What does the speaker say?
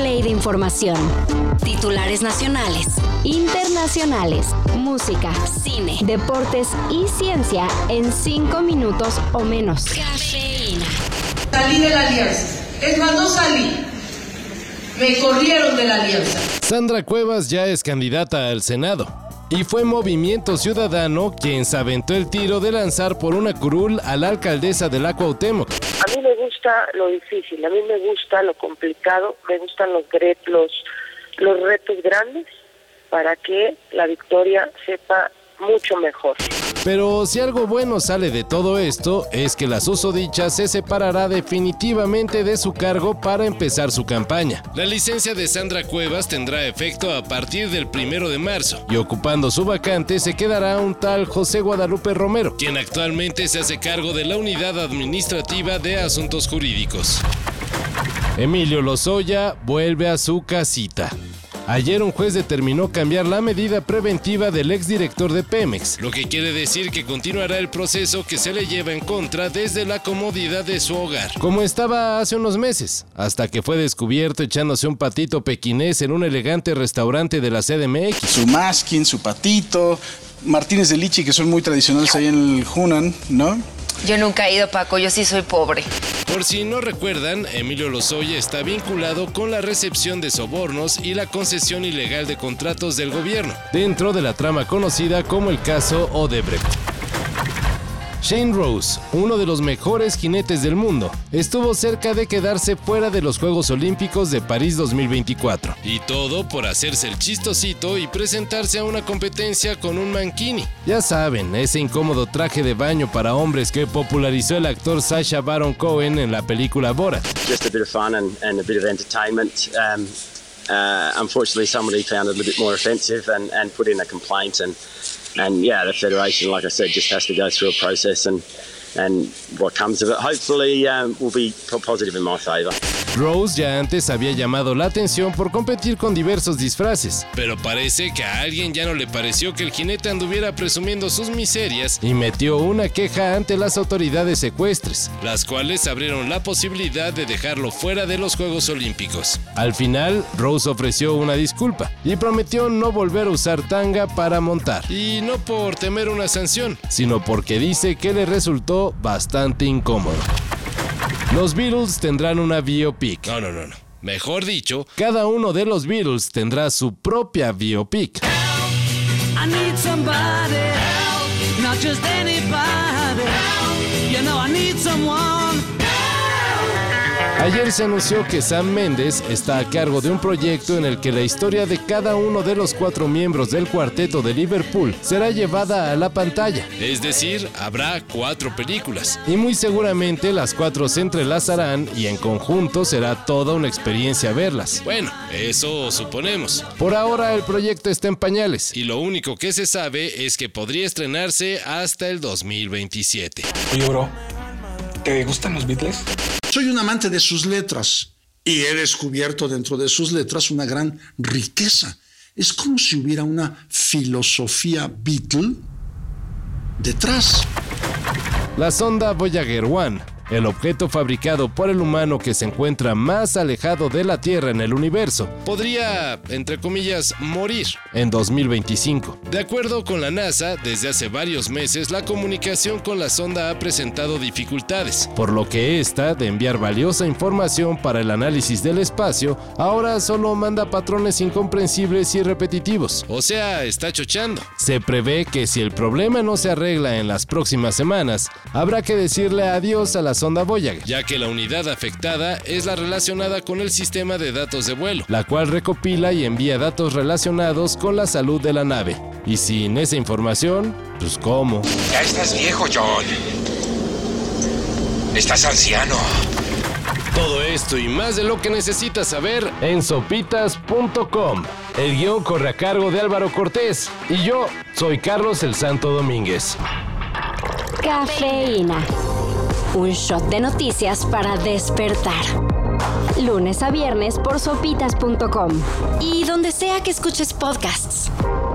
update de información. Titulares nacionales, internacionales, música, cine, deportes y ciencia en 5 minutos o menos. Cafeína. Salí de la alianza. Es más, no salí. Me corrieron de la alianza. Sandra Cuevas ya es candidata al Senado. Y fue Movimiento Ciudadano quien se aventó el tiro de lanzar por una curul a la alcaldesa de la Cuauhtémoc. A mí me gusta lo difícil, a mí me gusta lo complicado, me gustan los retos grandes para que la victoria sepa mucho mejor. Pero si algo bueno sale de todo esto, es que la susodicha se separará definitivamente de su cargo para empezar su campaña. La licencia de Sandra Cuevas tendrá efecto a partir del 1 de marzo, y ocupando su vacante se quedará un tal José Guadalupe Romero, quien actualmente se hace cargo de la Unidad Administrativa de Asuntos Jurídicos. Emilio Lozoya vuelve a su casita. Ayer un juez determinó cambiar la medida preventiva del exdirector de Pemex, lo que quiere decir que continuará el proceso que se le lleva en contra desde la comodidad de su hogar, como estaba hace unos meses, hasta que fue descubierto echándose un patito pequinés en un elegante restaurante de la CDMX. Su masking, su patito, Martínez de Lichi, que son muy tradicionales ahí en el Hunan, ¿no? Yo nunca he ido, Paco, yo sí soy pobre. Por si no recuerdan, Emilio Lozoya está vinculado con la recepción de sobornos y la concesión ilegal de contratos del gobierno, dentro de la trama conocida como el caso Odebrecht. Shane Rose, uno de los mejores jinetes del mundo, estuvo cerca de quedarse fuera de los Juegos Olímpicos de París 2024. Y todo por hacerse el chistosito y presentarse a una competencia con un mankini. Ya saben, ese incómodo traje de baño para hombres que popularizó el actor Sacha Baron Cohen en la película Borat. Just a bit of fun and a bit of entertainment. Unfortunately, somebody found it a little bit more offensive and put in a complaint. And yeah, the Federation, like I said, just has to go through a process and what comes of it, hopefully, will be positive in my favor. Rose ya antes había llamado la atención por competir con diversos disfraces, pero parece que a alguien ya no le pareció que el jinete anduviera presumiendo sus miserias y metió una queja ante las autoridades ecuestres, las cuales abrieron la posibilidad de dejarlo fuera de los Juegos Olímpicos. Al final, Rose ofreció una disculpa y prometió no volver a usar tanga para montar. Y no por temer una sanción, sino porque dice que le resultó bastante incómodo. Los Beatles tendrán una biopic. No. Mejor dicho, cada uno de los Beatles tendrá su propia biopic. I need somebody help, not just anybody help. You know I need someone. Ayer se anunció que Sam Mendes está a cargo de un proyecto en el que la historia de cada uno de los 4 miembros del cuarteto de Liverpool será llevada a la pantalla. Es decir, habrá 4 películas. Y muy seguramente las 4 se entrelazarán y en conjunto será toda una experiencia verlas. Bueno, eso suponemos. Por ahora el proyecto está en pañales y lo único que se sabe es que podría estrenarse hasta el 2027. Oye, bro, ¿te gustan los Beatles? Soy un amante de sus letras y he descubierto dentro de sus letras una gran riqueza. Es como si hubiera una filosofía Beatle detrás. La sonda Voyager 1, el objeto fabricado por el humano que se encuentra más alejado de la Tierra en el universo, podría, entre comillas, morir en 2025. De acuerdo con la NASA, desde hace varios meses la comunicación con la sonda ha presentado dificultades, por lo que esta, de enviar valiosa información para el análisis del espacio, ahora solo manda patrones incomprensibles y repetitivos. O sea, está chochando. Se prevé que si el problema no se arregla en las próximas semanas, habrá que decirle adiós a la sonda Voyager, ya que la unidad afectada es la relacionada con el sistema de datos de vuelo, la cual recopila y envía datos relacionados con la salud de la nave. Y sin esa información, pues ¿cómo? Ya estás viejo, John. Estás anciano. Todo esto y más de lo que necesitas saber en sopitas.com. El guión corre a cargo de Álvaro Cortés y yo soy Carlos el Santo Domínguez. Cafeína. Un shot de noticias para despertar. Lunes a viernes por sopitas.com y donde sea que escuches podcasts.